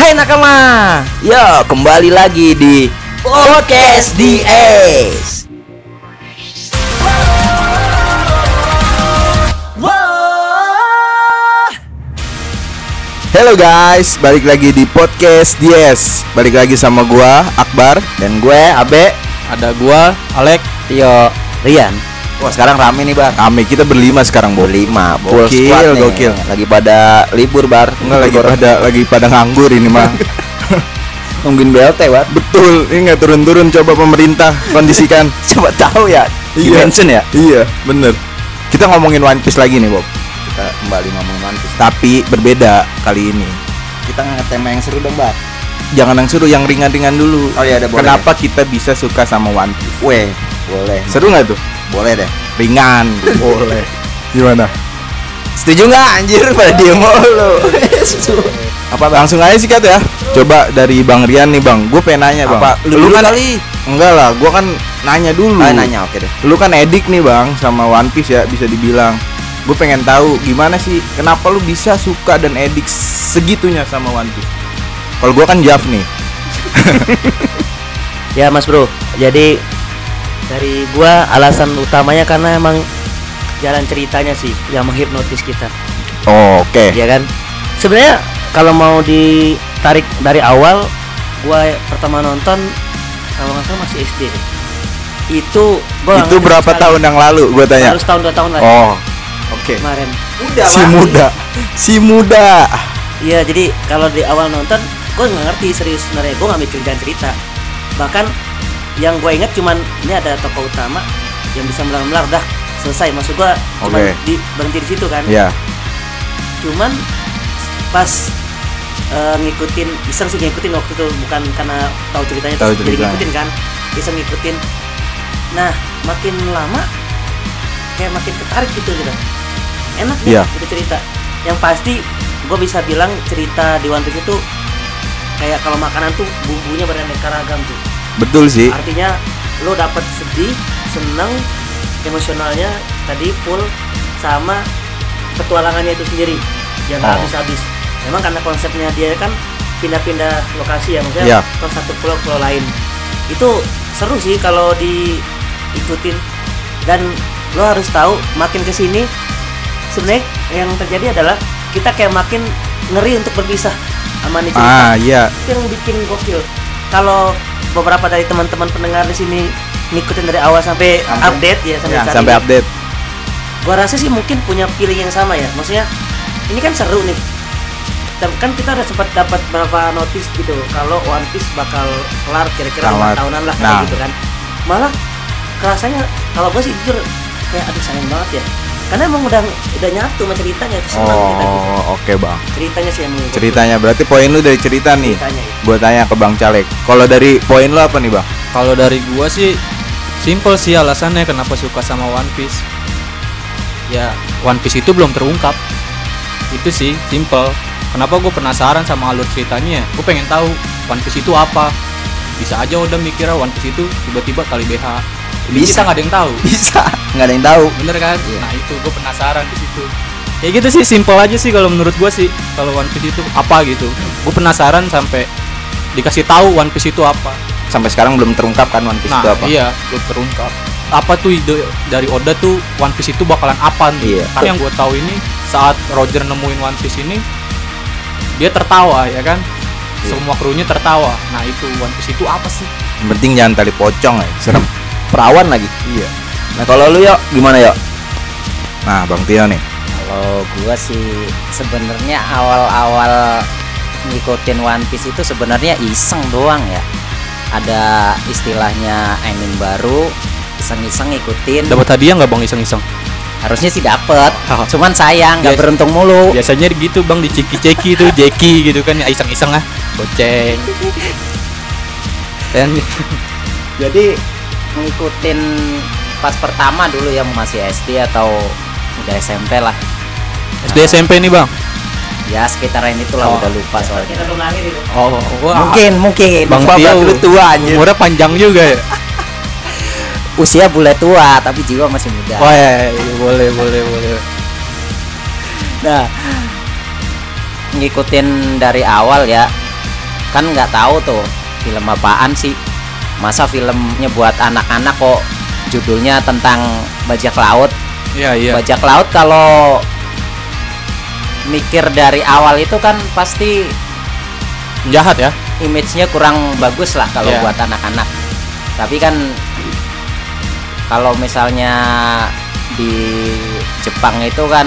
Hai nakama, yo kembali lagi di Podcast DS. Halo guys, balik lagi di Podcast DS. Balik lagi sama gua Akbar dan gue Abe. Ada gua, Alek, Tio, Rian. Wah sekarang rame nih bang. Rame, kita berlima sekarang berlima. Gokil. Lagi pada libur bar. Enggak lagi pada nganggur ini mah. Nungguin BLT Wat. Betul, ini nggak turun-turun. Coba pemerintah kondisikan. Coba tahu ya. Dimension ya. Iya, bener. Kita ngomongin One Piece lagi nih Bob. Kita kembali ngomongin One Piece. Tapi berbeda kali ini. Kita ngangkat tema yang seru dong Bang. Jangan yang seru, yang ringan-ringan dulu. Oh iya, ada boleh. Kenapa kita bisa suka sama One Piece? Weh, boleh. Seru nggak tuh? Boleh deh. Ringan. Boleh. Gimana? Setuju nggak anjir pada diem mulu? Apa bang? Langsung aja sih Kat ya. Coba dari Bang Rian nih Bang. Gue pengen nanya Bang. Apa? Lu kan kali? Enggak lah, gue kan nanya dulu. Nanya oke deh. Lu kan edik nih Bang sama One Piece ya, bisa dibilang. Gue pengen tahu gimana sih, kenapa lu bisa suka dan edik segitunya sama One Piece? Kalau gue kan Jaf nih. Ya Mas Bro, jadi dari gua alasan utamanya karena emang jalan ceritanya sih yang menghipnotis kita. Oke. Ya kan? Sebenarnya kalau mau ditarik dari awal, gua pertama nonton kalau nggak salah masih SD. Itu berapa tahun yang lalu gua tanya? Harus tahun 2 tahun lah. Oh. Oke. Kemarin. Si muda. Iya, jadi kalau di awal nonton gua nggak ngerti serius sebenarnya. Gua nggak mikir jalan cerita. Bahkan yang gue ingat cuman ini ada tokoh utama yang bisa melar-melar, dah selesai. Maksud gue cuman berhenti di situ kan. Iya. Cuman pas iseng ngikutin waktu itu, bukan karena tahu ceritanya terus jadi ngikutin kan, iseng ngikutin. Nah makin lama kayak makin ketarik gitu. Enak ya itu cerita. Yang pasti gue bisa bilang cerita di One Piece itu kayak kalau makanan tuh bumbunya beraneka ragam tuh. Betul sih. Artinya lo dapet sedih, seneng, emosionalnya tadi full, sama petualangannya itu sendiri yang nggak habis-habis. Memang karena konsepnya dia kan pindah-pindah lokasi ya, maksudnya ke satu pulau lain. Itu seru sih kalau diikutin. Dan lo harus tahu makin kesini sebenarnya yang terjadi adalah kita kayak makin ngeri untuk berpisah sama nih cerita. Itu yang bikin gokil. Kalau beberapa dari teman-teman pendengar di sini ngikutin dari awal sampai update ya, sampai update. Gua rasa sih mungkin punya feeling yang sama ya. Maksudnya ini kan seru nih. Kan kita udah sempat dapat beberapa notice gitu kalau One Piece bakal kelar kira-kira 5 tahunan lah kayak gitu kan. Malah kerasanya kalau gua sih jujur kayak aduh sayang banget ya. Karena emang udah nyatu sama ceritanya, senang kita gitu. Oke bang. Ceritanya sih yang ceritanya berarti poin lu dari cerita nih. Gua tanya ke Bang Calek. Kalau dari poin lu apa nih bang? Kalau dari gua sih simple sih alasannya kenapa suka sama One Piece. Ya One Piece itu belum terungkap. Itu sih simple. Kenapa gue penasaran sama alur ceritanya? Gue pengen tahu One Piece itu apa. Bisa aja udah mikirnya One Piece itu tiba-tiba kali BH. Bisa nggak ada yang tahu. Bisa nggak ada yang tahu. Bener kan? Iya. Nah itu gue penasaran di situ. Ya gitu sih, simple aja sih kalau menurut gue sih. Kalau One Piece itu apa gitu. Gue penasaran sampai dikasih tahu One Piece itu apa. Sampai sekarang belum terungkap kan One Piece itu apa? Iya, belum terungkap. Apa tuh ide dari Oda tuh One Piece itu bakalan apa nih? Iya. Karena yang gue tahu ini saat Roger nemuin One Piece ini, dia tertawa ya kan? Iya. Semua krunya tertawa. Nah itu One Piece itu apa sih? Yang penting jangan tali pocong ya, serem. Perawan lagi. Iya. Nah kalau lu yuk gimana yuk? Nah Bang Tio nih. Kalau gua sih sebenarnya awal-awal ngikutin One Piece itu sebenarnya iseng doang ya. Ada istilahnya anime baru, iseng-iseng ngikutin. Dapat hadiah nggak bang iseng-iseng? Harusnya sih dapet, cuman sayang nggak beruntung mulu. Biasanya gitu bang, diceki-ceki tuh Jeki gitu kan, ya iseng-iseng lah, goceng. Dan jadi ngikutin pas pertama dulu ya, masih SD atau udah SMP lah. SD SMP nih bang? Ya sekitaran itulah, udah lupa soalnya. Kita belum lahir itu. Mungkin. Bang Tio lu tua anjir. Umurnya panjang juga ya. Usia boleh tua tapi jiwa masih muda. Wah ya, boleh. Nah, ngikutin dari awal ya. kan nggak tahu tuh film apaan sih, masa filmnya buat anak-anak kok judulnya tentang bajak laut. Iya. Bajak laut kalau mikir dari awal itu kan pasti Jahat ya. image-nya kurang bagus lah kalau Iya. buat anak-anak. Tapi kan kalau misalnya di Jepang itu kan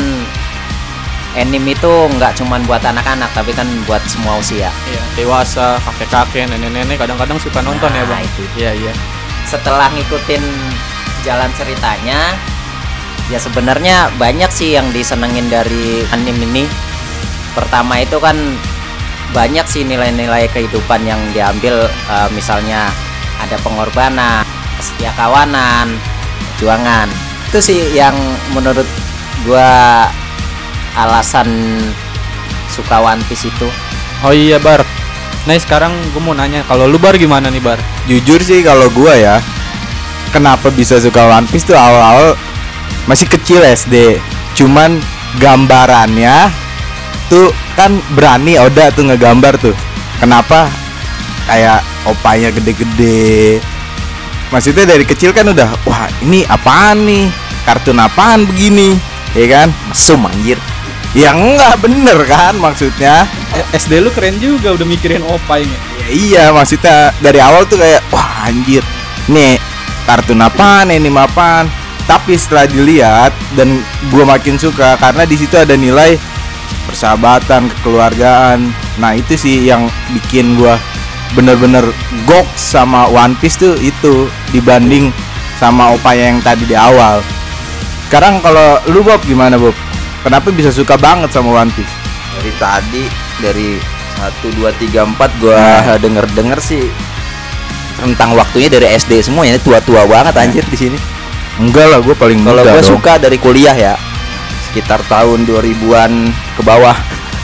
anime itu nggak cuman buat anak-anak tapi kan buat semua usia. Iya, dewasa, kakek-kakek, nenek-nenek kadang-kadang suka nonton ya, Nah, Bang. itu. Iya. Setelah ngikutin jalan ceritanya, ya sebenarnya banyak sih yang disenengin dari anime ini. Pertama itu kan banyak sih nilai-nilai kehidupan yang diambil, misalnya ada pengorbanan, kesetiakawanan, perjuangan. Itu sih yang menurut gua alasan suka One Piece itu. Oh iya, Bar. Nah, sekarang gue mau nanya, kalau lu Bar gimana nih, Bar? Jujur sih kalau gua ya, kenapa bisa suka One Piece tuh awal-awal masih kecil SD. Cuman gambarannya tuh kan berani Oda tuh ngegambar tuh. Kenapa? Kayak opanya gede-gede. Maksudnya dari kecil kan udah, wah ini apaan nih? Kartun apaan begini? Ya kan? Mesum anjir. Ya enggak bener kan maksudnya. SD lu keren juga udah mikirin opa ini. Ya, iya maksudnya dari awal tuh kayak wah anjir. Nih kartun apaan, anime apaan. Tapi setelah dilihat dan gua makin suka karena di situ ada nilai persahabatan, kekeluargaan. Nah, itu sih yang bikin gua bener-bener gok sama One Piece tuh itu dibanding sama opaya yang tadi di awal. Sekarang kalau lu Bob gimana Bob? Kenapa bisa suka banget sama One Piece? Dari tadi dari 1 2 3 4 gua Nah. denger sih tentang waktunya dari SD semuanya tua-tua banget anjir di sini. Enggak lah, gue paling Kalau muda gua dong. suka dari kuliah ya. Sekitar tahun 2000-an ke bawah.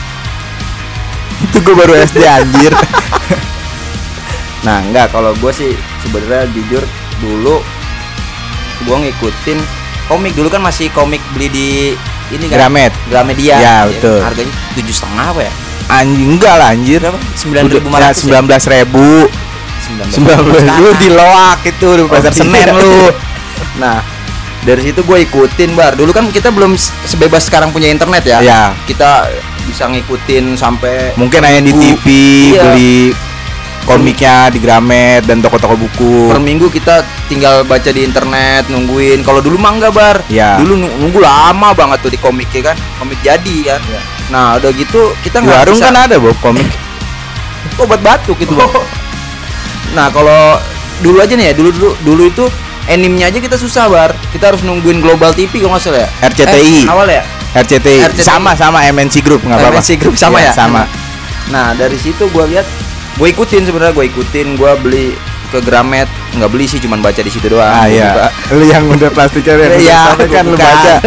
Itu gue baru SD anjir. Nah, enggak, kalau gua sih sebenarnya jujur dulu gua ngikutin komik. Dulu kan masih komik beli di ini kan Gramet. Gramedia. Ya, betul. Harganya 7,5 apa ya? Anjing enggak lah anjir. Berapa? 9.500 9.500 ya? 19.000 lu di loak itu di pasar Oh, Senen iya. lu. Nah, dari situ gue ikutin Bar. Dulu kan kita belum sebebas sekarang punya internet ya. Ya. Kita bisa ngikutin sampai Mungkin hanya di TV Iya. beli komiknya di Gramet dan toko-toko buku. per minggu kita tinggal baca di internet nungguin. Kalau dulu mah enggak Bar. Ya. Dulu nunggu lama banget tuh di komiknya kan. Komik jadi kan. Nah, udah gitu kita Di nggak warung bisa kan ada Bob komik. obat batuk gitu Bang. Nah, kalau dulu aja nih ya, dulu itu animenya aja kita susah Bar. Kita harus nungguin Global TV kalau nggak salah ya. RCTI. Awal ya? RCTI. RCTI. Sama MNC Group nggak apa-apa. MNC Group sama Iya, ya? sama. Nah, dari situ gue lihat, gue ikutin, gue beli ke Gramet, nggak beli sih, cuman baca di situ doang. Ah Gua iya. buka. Lu yang udah plastiknya Iya, kan lu baca.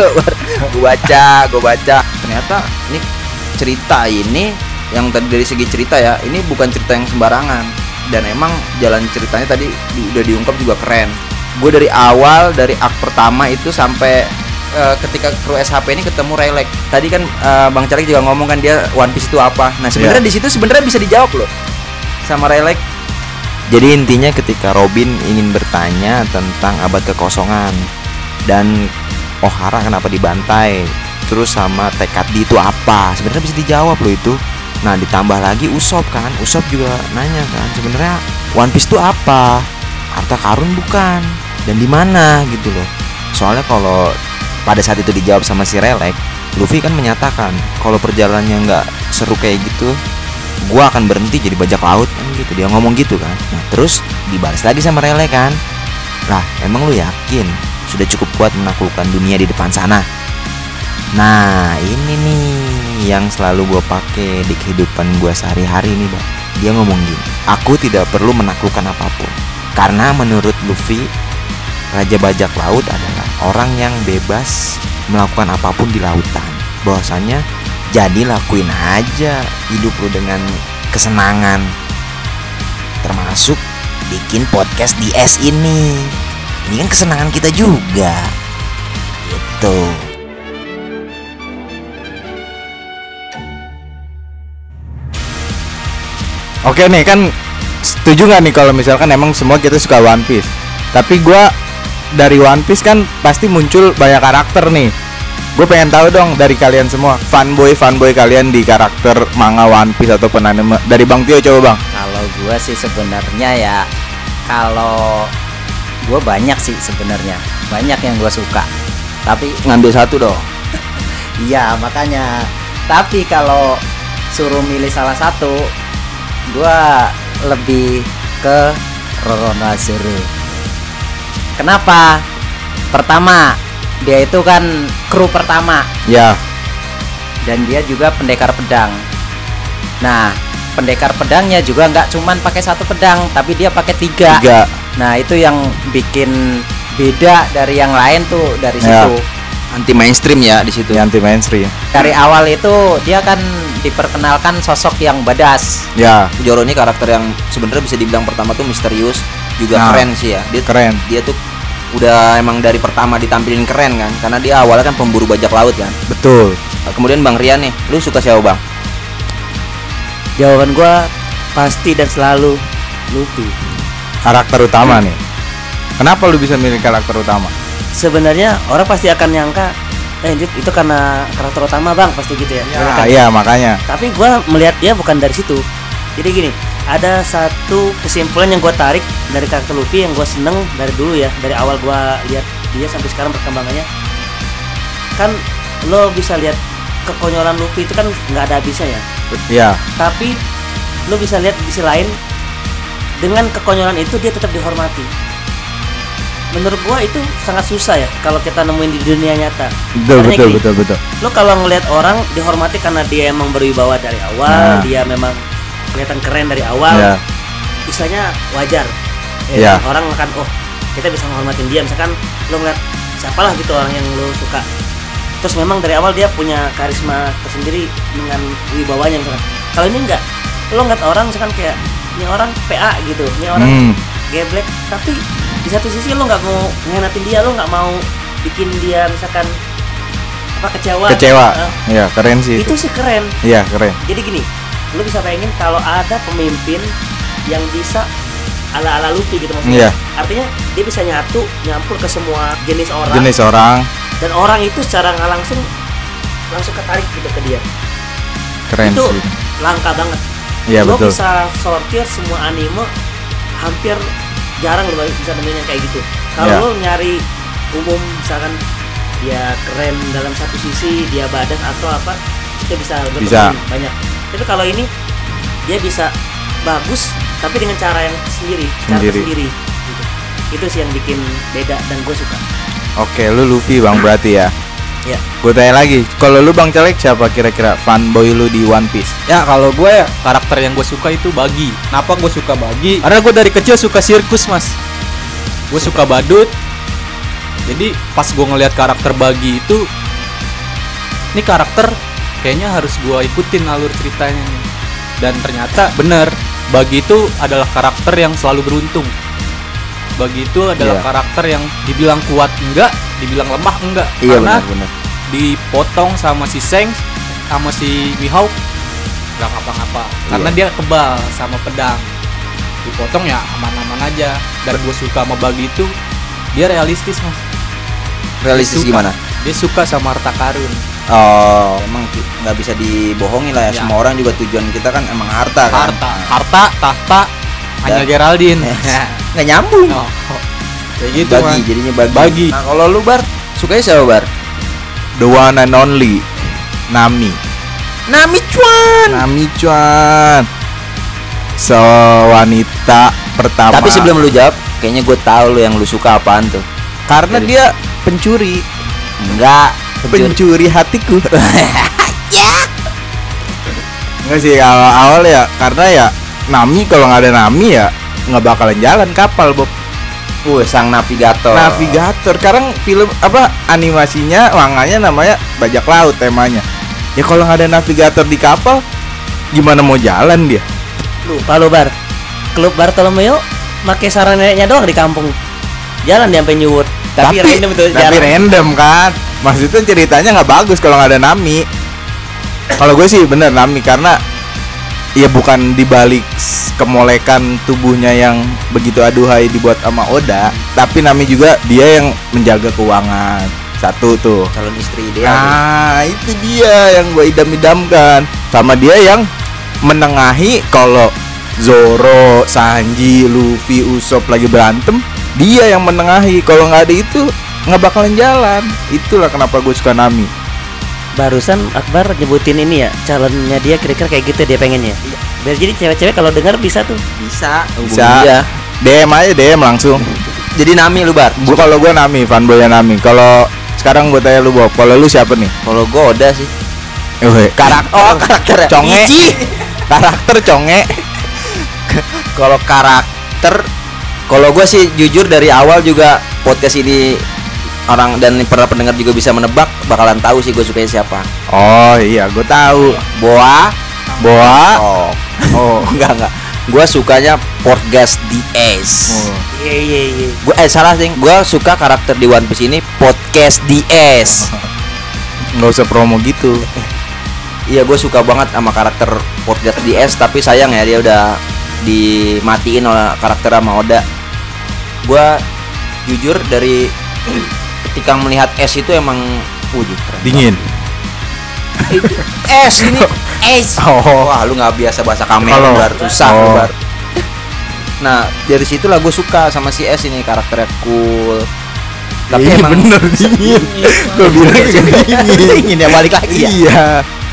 gue baca. Ternyata ini cerita ini yang tadi dari segi cerita ya, ini bukan cerita yang sembarangan. Dan emang jalan ceritanya tadi udah diungkap juga keren. Gue dari awal, dari ak pertama itu sampai ketika kru SHP ini ketemu Rayleigh. Tadi kan Bang Carik juga ngomong kan dia One Piece itu apa. Nah sebenarnya di situ sebenarnya bisa dijawab loh sama Rayleigh. Jadi intinya ketika Robin ingin bertanya tentang abad kekosongan dan Ohara kenapa dibantai, terus sama tekad di itu apa, sebenarnya bisa dijawab loh itu. Nah ditambah lagi Usopp kan, Usopp juga nanya kan sebenarnya One Piece itu apa, harta karun bukan, dan di mana gitu loh. Soalnya kalau pada saat itu dijawab sama si Rayleigh, Luffy kan menyatakan kalau perjalanannya nggak seru kayak gitu, gua akan berhenti jadi bajak laut kan gitu, dia ngomong gitu kan. Nah terus dibalas lagi sama Rayleigh kan, lah emang lu yakin sudah cukup kuat menaklukkan dunia di depan sana? Nah ini nih yang selalu gua pakai di kehidupan gua sehari-hari nih Bang. Dia ngomong gini, aku tidak perlu menaklukkan apapun, karena menurut Luffy, Raja Bajak Laut adalah orang yang bebas melakukan apapun di lautan. Bahwasanya jadi lakuin aja hidup lu dengan kesenangan, termasuk bikin podcast di es ini. Ini kan kesenangan kita juga gitu. Oke nih kan, setuju nggak nih kalau misalkan emang semua kita suka One Piece, tapi gua dari One Piece kan pasti muncul banyak karakter nih. Gue pengen tahu dong dari kalian semua, fanboy kalian di karakter manga One Piece ataupun anime. Dari Bang Tio coba Bang. Kalau gua sih sebenarnya ya, kalau gua banyak sih sebenarnya, banyak yang gua suka. Tapi Ngambil satu dong. iya makanya. Tapi kalau suruh milih salah satu, gua lebih ke Roronoa-Zoro. Kenapa? Pertama, dia itu kan kru pertama Ya, dan dia juga pendekar pedang. Nah, pendekar pedangnya juga nggak cuman pakai satu pedang, tapi dia pakai tiga. Nah, itu yang bikin beda dari yang lain tuh dari Ya. situ. Anti mainstream ya di situ. anti mainstream. Dari awal itu dia kan diperkenalkan sosok yang badass. Ya, Zoro ini karakter yang sebenarnya bisa dibilang pertama tuh misterius, juga Nah, keren sih ya. keren. Dia tuh udah emang dari pertama ditampilin keren kan, karena dia awalnya kan pemburu bajak laut kan. Betul. Kemudian Bang Rian nih, lu suka siapa Bang? Jawaban gua pasti dan selalu Luffy. Karakter utama nih. Kenapa lu bisa milih karakter utama? Sebenarnya orang pasti akan nyangka Dit, itu karena karakter utama bang, pasti gitu ya. Banyak kan? Iya makanya. Tapi gua melihat dia bukan dari situ. Jadi gini, ada satu kesimpulan yang gua tarik dari karakter Luffy yang gua seneng dari dulu ya, dari awal gua lihat dia sampai sekarang perkembangannya. Kan lo bisa lihat kekonyolan Luffy itu kan nggak ada habisnya ya. Iya. Tapi lo bisa lihat di sisi lain, dengan kekonyolan itu dia tetap dihormati. Menurut gua itu sangat susah ya kalau kita nemuin di dunia nyata. Karena gini, Betul. lo kalau ngelihat orang dihormati karena dia emang berwibawa dari awal, dia memang kelihatan keren dari awal, Iya. istilahnya wajar. Iya. Orang akan kita bisa menghormatin dia. Misalkan lo ngeliat siapalah gitu orang yang lo suka, terus memang dari awal dia punya karisma tersendiri dengan wibawanya misalkan. Kalau ini enggak, lo ngeliat orang misalkan kayak ini orang PA gitu, ini orang geblek, tapi di satu sisi lo nggak mau ngenatin dia, lo nggak mau bikin dia misalkan kecewa. Iya, keren sih Itu sih keren. Iya, keren. Jadi gini, lu bisa bayangin kalau ada pemimpin yang bisa ala-ala Luffy gitu maksudnya. Iya. Artinya dia bisa nyampur ke semua jenis orang dan orang itu secara nggak langsung ketarik gitu ke dia. keren Itu sih. langka banget. Iya, Lo betul. bisa sortir semua anime, hampir jarang lo bisa nemuin yang kayak gitu. Kalau Iya. lo nyari umum misalkan dia keren dalam satu sisi, dia badan atau apa, kita bisa Bisa. bertemuin banyak. Tapi kalau ini dia bisa bagus tapi dengan cara yang cara sendiri gitu. Itu sih yang bikin beda dan gue suka. Oke, lu Luffy Bang berarti ya. Ya. Gue tanya lagi, kalau lu Bang Celek siapa kira-kira fanboy lu di One Piece? Ya kalau gue ya karakter yang gue suka itu Buggy. Kenapa gue suka Buggy? Karena gue dari kecil suka sirkus mas. Gue suka badut. Jadi pas gue ngelihat karakter Buggy itu, ini karakter kayaknya harus gue ikutin alur ceritanya nih. Dan ternyata bener, Buggy itu adalah karakter yang selalu beruntung. Buggy itu adalah karakter yang dibilang kuat enggak, dibilang lemah enggak. Iya, Karena benar. dipotong sama si Seng sama si Mihawk nggak ngapa-ngapa karena dia kebal sama pedang. Dipotong ya aman-aman aja. Dan gue suka sama Buggy itu dia realistis mas. Realistis Dia suka. gimana? Dia suka sama harta karun. Oh, emang nggak bisa dibohongi lah ya. Ya. Semua orang juga tujuan kita kan emang harta kan. Harta, tahta, hanya Geraldine. Nggak nyambung. Oh, kayak gitu Bagi, mas. jadinya bagi. Bagi. Nah, kalau lu Bar, sukanya siapa Bar? The one and only Nami. Nami Chuan. Nami Chuan. Wanita pertama. Tapi sebelum lu jawab, kayaknya gue tahu lu yang lu suka apaan tuh. karena Jadi- dia pencuri. Enggak, Pencuri hatiku. Enggak sih awal ya, karena ya Nami kalau nggak ada Nami ya nggak bakalan jalan kapal Bob. sang navigator. Navigator. Sekarang film apa animasinya, manganya namanya Bajak Laut temanya. Ya kalau nggak ada navigator di kapal, gimana mau jalan dia? Lupa lo Bar. Klub Bartolomeo pakai sarana neneknya doang di kampung. Jalan dia sampai nyuwut. Tapi random itu tapi jarang. random kan. Maksudnya ceritanya nggak bagus kalau nggak ada Nami. Kalau gue sih bener Nami karena ya bukan dibalik kemolekan tubuhnya yang begitu aduhai dibuat sama Oda, tapi Nami juga dia yang menjaga keuangan. Satu tuh. Calon istri ideal. Nah, itu dia yang gue idam-idamkan. Sama dia yang menengahi kalau Zoro, Sanji, Luffy, Usopp lagi berantem, dia yang menengahi. Kalau nggak ada itu nggak bakalan jalan. Itulah kenapa gue suka Nami. Barusan Akbar nyebutin ini ya, calonnya dia kira-kira kayak gitu dia pengennya. Biar jadi cewek-cewek kalau dengar bisa tuh. Bisa. Bisa. DM aja DM langsung. Jadi Nami lu, Bar. Kalau gue Nami, fanboy Nami. Kalau sekarang gue tanya lu, Bob, kalau lu siapa nih? Kalau gue Oda sih. Karakter conge. Karakter conge. Kalau karakter, kalau gue sih jujur dari awal juga podcast ini orang dan para pendengar juga bisa menebak, bakalan tahu sih gue sukanya siapa. Oh iya, gue tahu. Boa. Oh. Enggak. Gue sukanya Portgas DS. Oh. Iya. Gue salah sih. Gue suka karakter di One Piece ini Podcast DS. Nggak usah promo gitu. Iya, gue suka banget sama karakter Portgas DS, tapi sayang ya dia udah dimatiin oleh karakter sama Oda. Gue jujur dari ketika melihat S itu emang keren. Dingin. S ini S. Oh. Wah, lu nggak biasa bahasa kamera, Kalau- Bar. Susah lu, Oh. Bar. Nah, dari situlah gue suka sama si S ini, karakternya cool. Tapi Iya, emang bener dingin. Gue bilang juga dingin. dingin ya, balik lagi ya. Iya.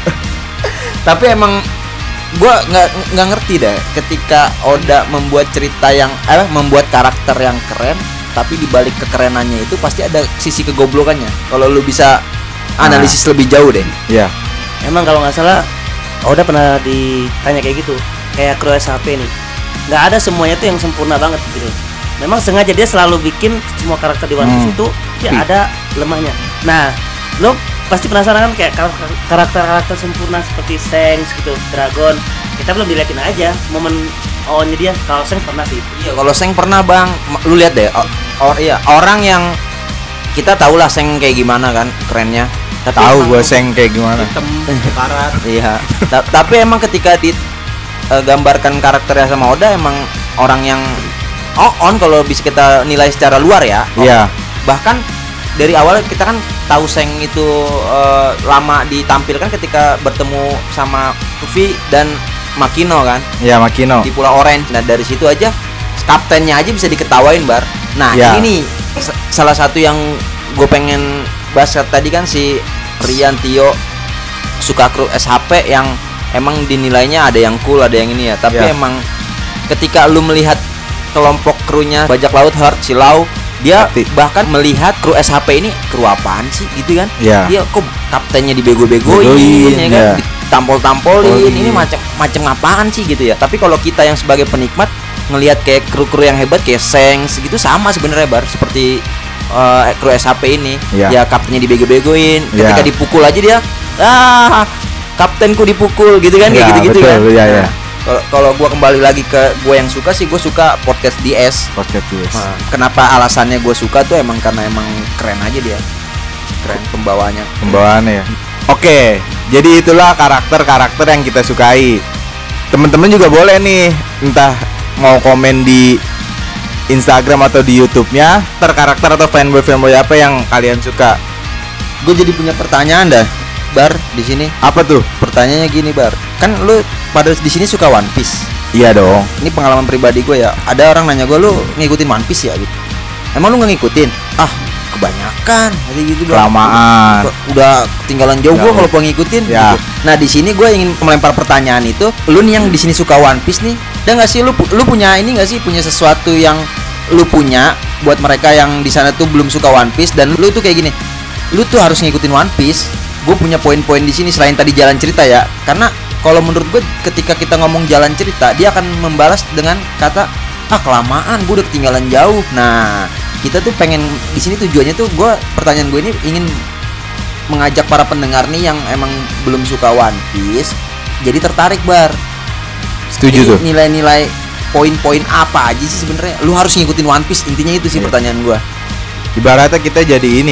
Tapi emang gue nggak ngerti deh ketika Oda membuat cerita yang membuat karakter yang keren, tapi di balik kekerenannya itu pasti ada sisi kegoblokannya. Kalau lu bisa analisis lebih jauh deh. Iya. Emang kalau nggak salah Oda pernah ditanya kayak gitu, kayak kru SHP nih, nggak ada semuanya tuh yang sempurna banget gitu. Memang sengaja dia selalu bikin semua karakter di One Piece itu ya ada lemahnya. Nah, lo pasti penasaran kan kayak karakter-karakter sempurna seperti Shanks gitu, Dragon. Kita belum diliatin aja momen awalnya dia. Kalau Shanks pernah sih. Iya, kalau Seng pernah, Bang. Lu lihat deh. Iya, orang yang kita tahu lah Seng kayak gimana kan, kerennya. Tapi Tahu emang- gue Seng kayak gimana. Hitam, karat. Iya. Tapi emang ketika digambarkan karakternya sama Oda emang orang yang on kalau bisa kita nilai secara luar ya. Iya. Bahkan dari awal kita kan tahu Seng itu lama ditampilkan ketika bertemu sama Luffy dan Makino kan Iya, Makino. di Pulau Orange. Nah, dari situ aja kaptennya aja bisa diketawain, Bar. Nah, Ya. ini nih salah satu yang gue pengen bahas tadi kan si Rian Tio suka kru SHP yang emang dinilainya ada yang cool, ada yang ini ya. Tapi Ya. emang ketika lu melihat kelompok krunya bajak laut Heart, si Lau, dia Pasti. bahkan melihat kru SHP ini kru apaan sih gitu kan. Iya. Dia kok kaptennya dibego-begoin Begoin, ya kan, ya. ditampol-tampolin, Oh, ini iya. macam apaan sih gitu ya. Tapi kalau kita yang sebagai penikmat ngelihat kayak kru-kru yang hebat kayak Shanks gitu sama sebenarnya, Bar, seperti kru SHP ini. Iya. Ya kaptennya dibego-begoin, Iya. ketika dipukul aja dia kaptenku dipukul gitu kan, kayak Iya, gitu-gitu betul, kan. iya, iya. Kalau gua kembali lagi ke gua yang suka sih, gua suka Podcast DS. Podcast yes. Nah, kenapa alasannya gue suka tuh emang karena emang keren aja dia, keren pembawanya. Pembawaannya ya. Oke, jadi itulah karakter-karakter yang kita sukai. Temen-temen juga boleh nih, entah mau komen di Instagram atau di YouTube-nya, karakter atau fanboy apa yang kalian suka. Gue jadi punya pertanyaan dah, Bar, di sini. Apa tuh? Pertanyaannya gini, Bar. Kan lu pada di sini suka One Piece. Iya dong. Ini pengalaman pribadi gue ya. Ada orang nanya gue, lu ngikutin One Piece ya gitu. Emang lu nggak ngikutin? Ah, kebanyakan. Jadi gitu, Bang. Kelamaan. Udah ketinggalan jauh gue Jauh. kalau mau ngikutin. Ya. Gitu. Nah, di sini gue ingin melempar pertanyaan itu. Lu nih yang di sini suka One Piece nih, ada nggak sih lu punya ini nggak sih, punya sesuatu yang lu punya buat mereka yang di sana tuh belum suka One Piece dan lu tuh kayak gini. Lu tuh harus ngikutin One Piece. Gue punya poin-poin di sini selain tadi jalan cerita ya. Karena kalau menurut gue ketika kita ngomong jalan cerita, dia akan membalas dengan kata, "Ah, kelamaan, gue udah ketinggalan jauh." Nah, kita tuh pengen di sini tujuannya tuh pertanyaan gue ini ingin mengajak para pendengar nih yang emang belum suka One Piece jadi tertarik, Bar. Setuju Jadi tuh. nilai-nilai poin-poin apa aja sih sebenarnya lu harus ngikutin One Piece, intinya itu sih Iya. pertanyaan gua. Ibaratnya kita jadi ini ya,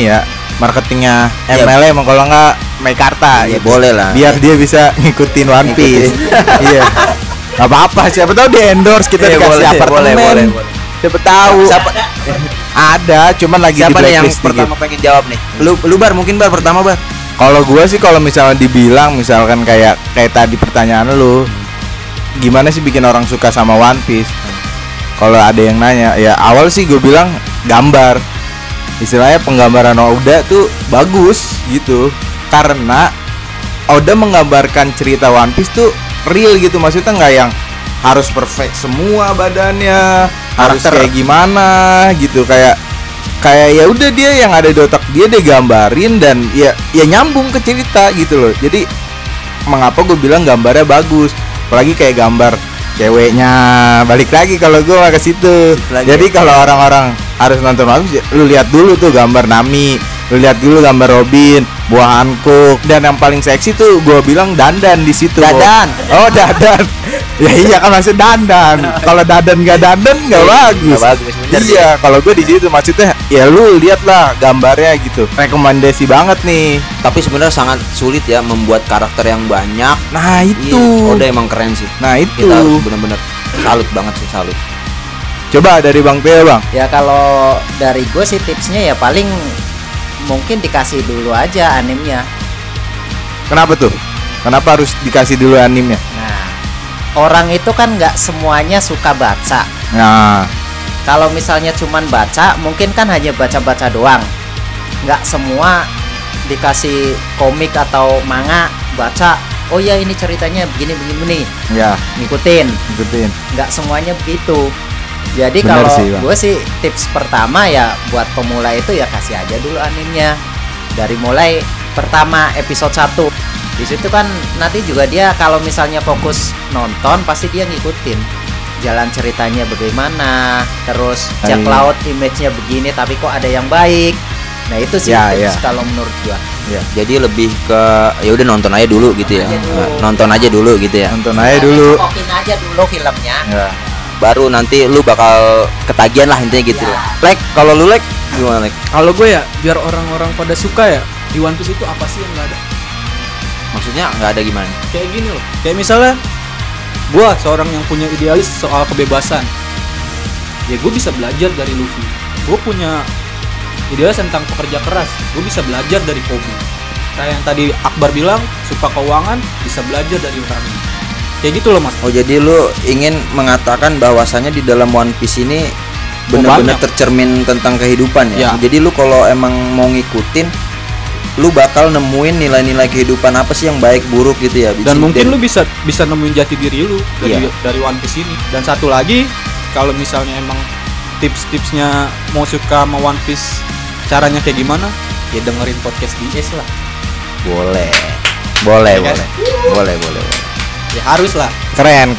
marketingnya Iya. MLM kalau nggak Meikarta Iya, gitu. boleh lah. Biar dia bisa ngikutin One Piece. Iya. Gak apa-apa, siapa tahu di endorse kita Iya, dikasih boleh, apartemen. boleh. Siapa tahu. Siapa Ada, cuman lagi siapa di nih yang blacklist dikit. pertama pengen jawab nih? Lu Bar, mungkin Bar pertama Bar. Kalau gua sih kalau misalnya dibilang misalkan kayak tadi pertanyaan lu, gimana sih bikin orang suka sama One Piece? Kalau ada yang nanya, ya awal sih gue bilang gambar. Istilahnya penggambaran Oda tuh bagus gitu. Karena Oda menggambarkan cerita One Piece tuh real gitu, maksudnya nggak yang harus perfect semua badannya, harus Karakter. kayak gimana gitu, kayak ya udah dia yang ada di otak dia gambarin dan ya nyambung ke cerita gitu loh. Jadi mengapa gue bilang gambarnya bagus, apalagi kayak gambar ceweknya, balik lagi kalau gue ke situ. Lagi. Jadi kalau orang-orang harus nonton One Piece, lu lihat dulu tuh gambar Nami, lu lihat dulu gambar Robin, buah Hancock, dan yang paling seksi tuh gue bilang Dandan di situ. Dadan. Oh Dadan. Ya iya kan maksud dandan. Kalau Dadan nggak dandan nggak bagus. Nggak bagus, bener Iya, kalau gue di situ maksudnya ya lu lihat lah gambarnya gitu. Rekomendasi banget nih. Tapi sebenarnya sangat sulit ya membuat karakter yang banyak. Nah itu. Iya, Oda emang keren sih. Nah itu. Kita harus bener-bener salut banget sih, salut. Coba dari Bang Peo Bang. Ya kalau dari gue sih tipsnya ya paling mungkin dikasih dulu aja animnya. Kenapa tuh? Kenapa harus dikasih dulu animenya? Nah, orang itu kan nggak semuanya suka baca. Nah, Kalau misalnya cuman baca, mungkin kan hanya baca-baca doang. Nggak semua dikasih komik atau manga baca. Oh ya ini ceritanya begini, ya ngikutin. ikutin. Nggak semuanya begitu. Jadi Bener kalau sih, Bang. gue sih tips pertama ya buat pemula itu ya kasih aja dulu animenya. Dari mulai pertama episode 1. Di situ kan nanti juga dia kalau misalnya fokus nonton pasti dia ngikutin jalan ceritanya bagaimana, terus Jack Iya. Laut image-nya begini tapi kok ada yang baik. Nah, itu sih Ya, tips ya. kalau menurut gua. Jadi lebih ke ya udah nonton aja dulu gitu ya. Aja dulu. Nonton aja dulu gitu ya. Nonton aja dulu. Cokokin aja dulu filmnya. Ya. Baru nanti lu bakal ketagihan lah intinya gitu. Ya. Lek, kalau lu Lek gimana Lek? Kalau gue ya biar orang-orang pada suka ya, di One Piece itu apa sih yang nggak ada? Maksudnya nggak ada gimana? Kayak gini loh. Kayak misalnya gue seorang yang punya idealis soal kebebasan. Ya gue bisa belajar dari Luffy. Gue punya idealis tentang pekerja keras. Gue bisa belajar dari Kobe. Kayak yang tadi Akbar bilang, suka keuangan, bisa belajar dari Urami. Kayak gitu loh mas. Oh jadi lu ingin mengatakan bahwasannya di dalam One Piece ini benar-benar banyak. tercermin tentang kehidupan ya. Ya. Jadi lu kalau emang mau ngikutin, lu bakal nemuin nilai-nilai kehidupan apa sih yang baik buruk gitu ya. Dan mungkin lu bisa nemuin jati diri lu dari Iya. dari One Piece ini. Dan satu lagi, kalau misalnya emang tips-tipsnya mau suka sama One Piece, caranya kayak gimana? Ya dengerin podcast DS lah. boleh, Ya kan? boleh. Ya harus lah. Keren.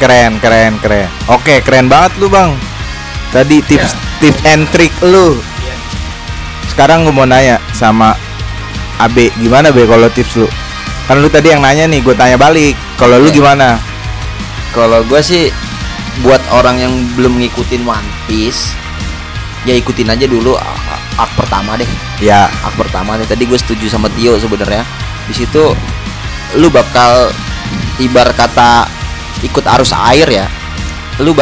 Oke, keren banget lu Bang. Tadi tips and trick lu. Iya. Sekarang gue mau nanya sama Abe, gimana Be kalau tips lu? Kan lu tadi yang nanya nih, gue tanya balik. Kalau lu Iya. gimana? Kalau gue sih buat orang yang belum ngikutin One Piece, ya ikutin aja dulu arc pertama deh. Ya, Arc pertama deh. Tadi gue setuju sama Tio sebenarnya. Di situ lu bakal ibarat kata ikut arus air ya. Lu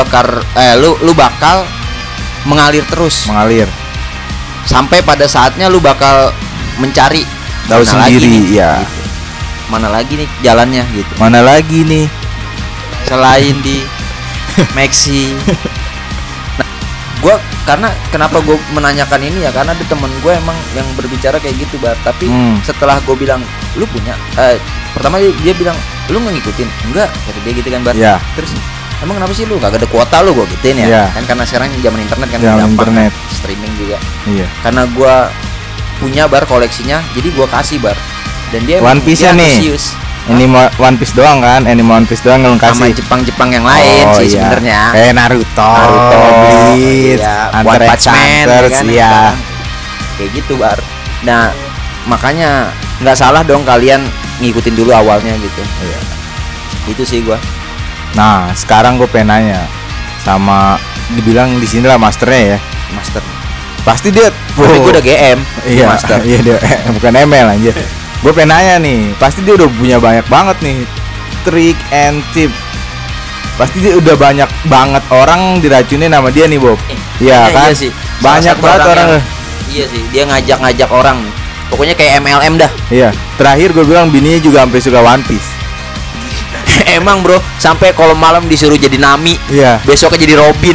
bakal mengalir terus mengalir. sampai pada saatnya lu bakal mencari Tahu mana lagi sendiri, nih, ya. gitu. Mana lagi nih jalannya gitu. Mana lagi nih? Selain di Maxi. Nah, gue kenapa gue menanyakan ini ya karena ada temen gue emang yang berbicara kayak gitu Bar. Tapi setelah gue bilang lu punya, pertama dia bilang lu nggak ngikutin, enggak kata dia gitu kan Bar. Ya. Terus emang kenapa sih lu gak ada kuota lu gue gituin ya? Iya. Kan karena sekarang zaman internet kan Zaman gampang, internet. streaming juga. Iya. Karena gue punya Bar koleksinya, jadi gue kasih Bar. Dan dia One Piece-nya dia nih? antusias. Ini One Piece doang kan? Anime One Piece doang yang lu Sama kasih. Jepang-Jepang yang lain Oh, sih iya. sebenarnya. Kayak Naruto, Bleach, iya, Hunter One x Punch Man, Hunter, ya kan, ya. kayak gitu Bar. Nah makanya nggak salah dong kalian ngikutin dulu awalnya gitu. Iya. Itu sih gua. Nah, sekarang gue pengen nanya sama dibilang di sini lah masternya ya. Master. pasti dia Tapi gue udah GM. iya Master. iya dia bukan ML anjir. Gue pengen nanya nih, pasti dia udah punya banyak banget nih trick and tip. Pasti dia udah banyak banget orang diracunin sama dia nih Bob. Iya kan? Iya sih. Banyak Salah satu banget orang. yang- Iya sih, dia ngajak-ngajak orang. Pokoknya kayak MLM dah. Iya. Terakhir gue bilang bininya juga sampai suka One Piece. Emang bro, sampai kalau malam disuruh jadi Nami, Iya. besoknya jadi Robin.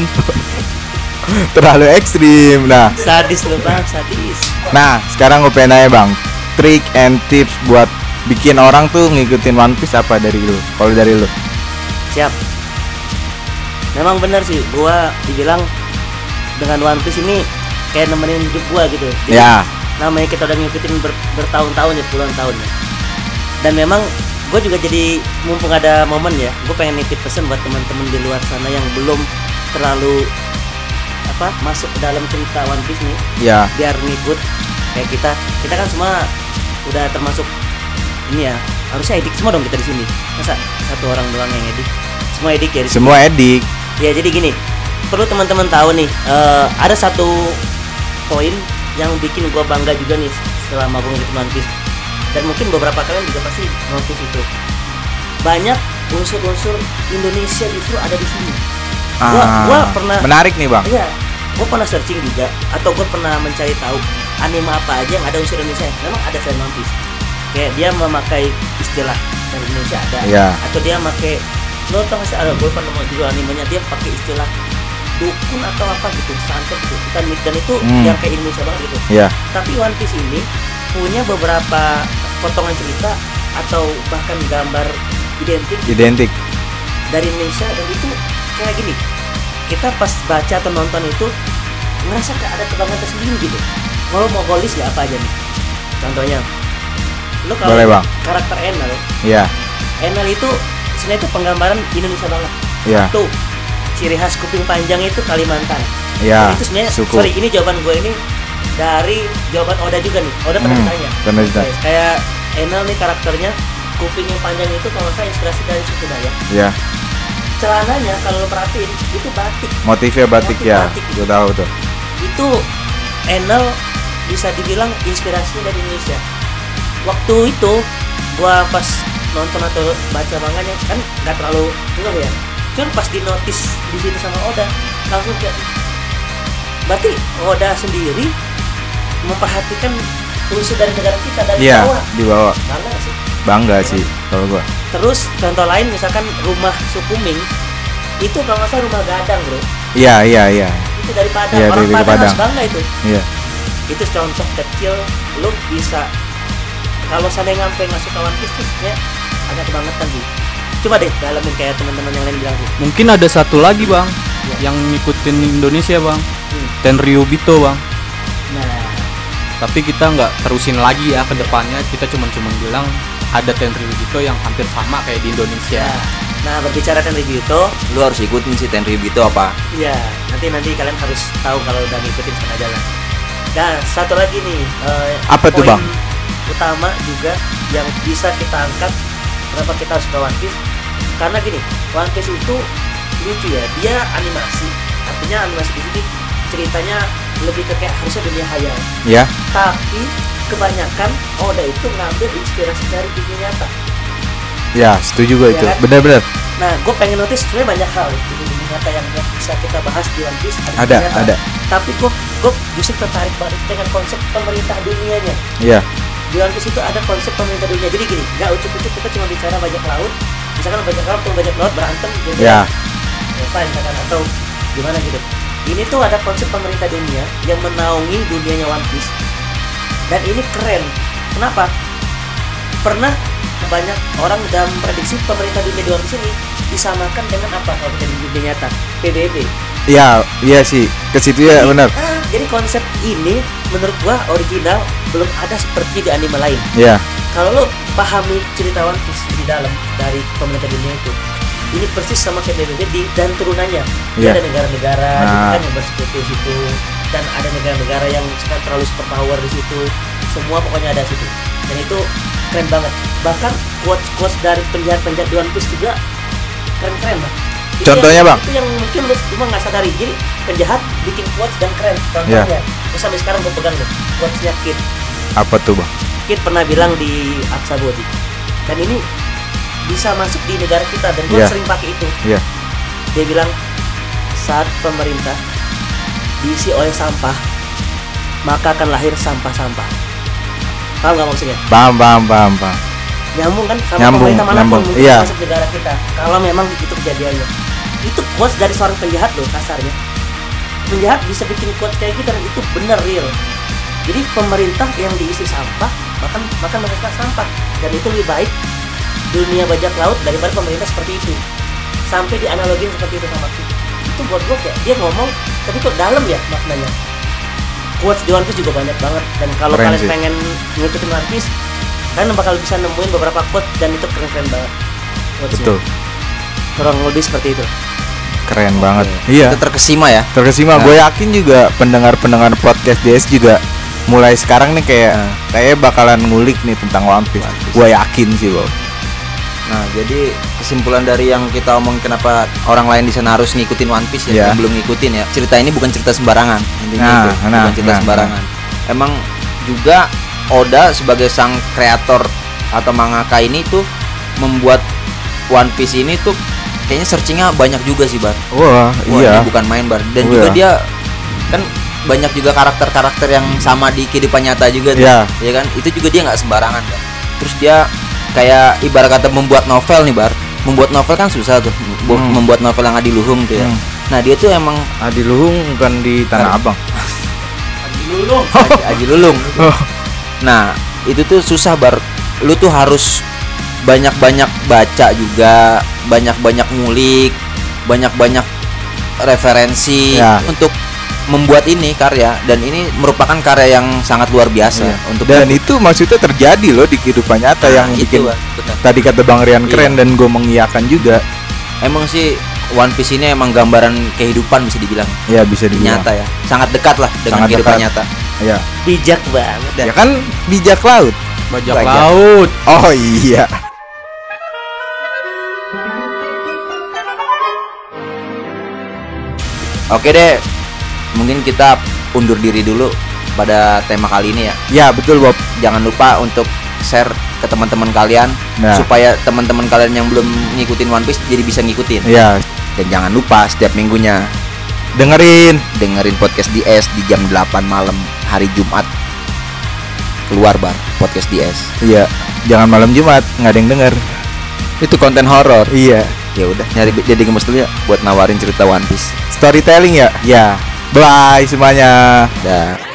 Terlalu ekstrim. Sadis lo bang, sadis. Nah, sekarang gue pengen nanya bang, trick and tips buat bikin orang tuh ngikutin One Piece apa dari lu? Kalau dari lu? Siap. Memang benar sih, gua dibilang dengan One Piece ini kayak nemenin hidup gua gitu. Jadi, Ya. namanya kita udah ngikutin bertahun-tahun ya, puluhan tahun ya. Dan memang gue juga jadi mumpung ada momen ya, gue pengen nitip pesan buat teman-teman di luar sana yang belum terlalu masuk ke dalam cerita One Piece nih, Ya. biar ngikut kayak kita kan semua udah termasuk ini ya, harusnya edik semua dong kita di sini. Masa satu orang doang yang edik? Semua edik ya di sini? Semua edik. Ya jadi gini, perlu teman-teman tahu nih, ada satu poin yang bikin gua bangga juga nih selama gua ngikutin One Piece. Dan mungkin beberapa kalian juga pasti notice itu. Banyak unsur-unsur Indonesia justru ada di sini. Gua pernah menarik nih bang. Iya, gua pernah searching juga atau gua pernah mencari tahu anime apa aja yang ada unsur Indonesia. Memang ada selain One Piece. Kayak dia memakai istilah dari Indonesia ada, Iya. atau dia pakai, lo tau gak sih, ada gue pernah mau judul animenya dia pakai istilah dukun atau apa gitu, santet gitu, dan itu yang kayak Indonesia banget gitu. Iya. Tapi One Piece ini punya beberapa potongan cerita atau bahkan gambar Identik. dari Indonesia, dan itu kayak gini, kita pas baca atau nonton itu ngerasa kayak ada kebanggaan tersendiri gitu. Mau golis nggak apa aja nih, contohnya lo kalau Boleh, Bang. karakter Enel, Iya. Enel itu sebenarnya itu penggambaran Indonesia banget. Iya. Tuh ciri khas kuping panjang itu Kalimantan. Iya. Dan itu sebenarnya Suku. sorry, ini jawaban gue ini dari jawaban Oda juga nih. Oda pernah ditanya. pernah ditanya. Oke, kayak Enel nih karakternya kuping yang panjang itu kalau saya inspirasi dari suku Dayak. Iya. Celananya kalau lo perhatiin itu batik. Motifnya batik Motif ya. batik. Gue tahu tuh. Itu Enel bisa dibilang inspirasinya dari Indonesia. Waktu itu gua pas nonton atau baca manganya kan nggak terlalu enggak ya. Cuman pas di notice di situ sama Oda langsung kayak, berarti Oda sendiri memperhatikan unsur dari negara kita dari Iya. bawah. Dibawa. Bangga nggak sih? Bangga sih kalau gue. Terus contoh lain misalkan rumah suku Ming itu kalau nggak salah rumah gadang bro, Iya. itu dari Padang. Iya, Orang dari Padang Padang. harus bangga itu. Iya. Itu contoh kecil, lo bisa kalau seandainya sampai nggak suka One Piece tuh sebenarnya agak kebangetan sih. Coba deh dalamin kayak teman-teman yang lain bilang sih. Mungkin ada satu lagi bang Ya. yang ngikutin Indonesia bang, Hmm. Tenryubito bang. Nah, Tapi kita nggak terusin lagi ya ke depannya. Kita cuman bilang ada Tenryubito yang hampir sama kayak di Indonesia. nah berbicara tentang review itu, Lu harus ikutin si Tenryubito apa? ya nanti kalian harus tahu kalau udah ngikutin setengah jalan. Dan satu lagi nih, Apa tuh, poin Bang? utama juga yang bisa kita angkat kenapa kita harus ke One Piece, karena gini, One Piece itu lucu ya, dia animasi, artinya animasi di sini ceritanya lebih ke kayak harusnya dunia hayal, Ya. tapi kebanyakan Oda itu ngambil inspirasi dari dunia nyata. Ya, setuju gue Ya itu. kan? Benar-benar. Nah, gue pengen notice sebenarnya banyak hal di dunia nyata yang bisa kita bahas di One Piece. Ada, dunia nyata. ada. Tapi gue justru tertarik banget dengan konsep pemerintah dunianya. Iya. Di One Piece itu ada konsep pemerintah dunia. Jadi gini, nggak ucuk-ucuk kita cuma bicara bajak laut. Misalkan bajak laut tuh bajak laut berantem gitu. Ya. Ya fine, misalkan, atau gimana gitu. Ini tuh ada konsep pemerintah dunia yang menaungi dunianya One Piece. Dan ini keren. Kenapa? Pernah banyak orang udah memprediksi pemerintah dunia di One Piece ini disamakan dengan apa kalau kita di dunia nyata? PBB. Iya sih. Ke situ ya benar. Jadi konsep ini menurut gua original, belum ada seperti di anime lain. Iya. Kalau lo pahami cerita One Piece di dalam dari pemerintah dunia itu, ini persis sama kayak PBB dan turunannya. Dia Iya. ada negara-negara Nah. kan yang bersekutu di situ, dan ada negara-negara yang sekarang terlalu superpower di situ. Semua pokoknya ada di situ. Dan itu keren banget. Bahkan quotes dari penjahat-penjahat di One Piece juga keren-keren lah. Itu Contohnya, yang, Bang? Itu yang mungkin lu cuma nggak sadari. Jadi penjahat bikin quotes dan keren. Contohnya, Terus sampai sekarang gue pegang nih quotesnya Kid. Apa tuh, Bang? Kid pernah bilang di Aksa Body. Dan ini bisa masuk di negara kita dan gue Iya. sering pakai itu. Iya. Dia bilang saat pemerintah diisi oleh sampah, maka akan lahir sampah-sampah. Paham nggak maksudnya? Paham. Nyambung kan sama Nyambung, pemerintah manapun nyambung. mungkin Iya. masuk negara kita. Kalau memang itu kejadiannya, itu quotes dari seorang penjahat loh kasarnya. Penjahat bisa bikin quotes kayak gitu dan itu bener real. Jadi pemerintah yang diisi sampah makan mereka sampah dan itu lebih baik dunia bajak laut daripada pemerintah seperti itu. Sampai dianalogin seperti itu sama kita. Itu buat gue kayak dia ngomong tapi kok dalam ya maknanya. Quotes di One Piece juga banyak banget dan kalau Keren kalian sih. pengen ngikutin One Piece kalian bakal bisa nemuin beberapa quote dan itu keren-keren banget quotesnya. Betul. Kurang lebih seperti itu. Keren banget. Iya. Itu terkesima ya. Terkesima. Nah. Gue yakin juga pendengar-pendengar podcast DS juga mulai sekarang nih kayak bakalan ngulik nih tentang One Piece. Gue yakin sih, Bang. Nah, jadi kesimpulan dari yang kita omong kenapa orang lain di sana harus ngikutin One Piece ya, Iya. yang belum ngikutin ya. Cerita ini bukan cerita sembarangan, intinya itu. Bukan cerita sembarangan. Emang juga Oda sebagai sang kreator atau mangaka ini tuh membuat One Piece ini tuh kayaknya searchingnya banyak juga sih, Bar. Wah, Wah, iya. ini bukan main, Bar. Dan Oh, juga iya. dia kan banyak juga karakter-karakter yang sama di kehidupan nyata juga tuh. Iya. Ya kan? Itu juga dia nggak sembarangan, Bar. Terus dia kayak ibarat kata membuat novel nih, Bar. Membuat novel kan susah tuh. Membuat novel yang adiluhung tuh ya. Nah, dia tuh emang Adi Luhung bukan di Tanah Abang. Aji Lulung. Oh. Nah, itu tuh susah, Bar. Lu tuh harus banyak-banyak baca juga, banyak-banyak ngulik, banyak-banyak referensi Ya. untuk membuat ini karya, dan ini merupakan karya yang sangat luar biasa Iya. untuk Dan itu maksudnya terjadi loh di kehidupan nyata yang itu, bikin Bang, benar. tadi kata Bang Rian keren Iya. dan gue mengiyakan juga. Emang sih One Piece ini emang gambaran kehidupan bisa dibilang Ya bisa dibilang. nyata ya. Sangat dekat lah dengan Sangat kehidupan dekat. nyata. Ya. Bijak banget. Ya kan bijak laut. Bajak Bajak. laut. Oh iya. Oke deh. Mungkin kita undur diri dulu pada tema kali ini ya. Ya betul Bob. Jangan lupa untuk share ke teman-teman kalian Nah. supaya teman-teman kalian yang belum ngikutin One Piece jadi bisa ngikutin. Ya Dan jangan lupa setiap minggunya dengerin. dengerin podcast DS di jam 8 malam hari Jumat. Keluar Bar podcast DS. Iya. Jangan malam Jumat nggak ada yang denger. Itu konten horor. Iya. Ya udah nyari jadi gemes dulu ya buat nawarin cerita One Piece. Storytelling ya. Ya. Bye semuanya. Dah.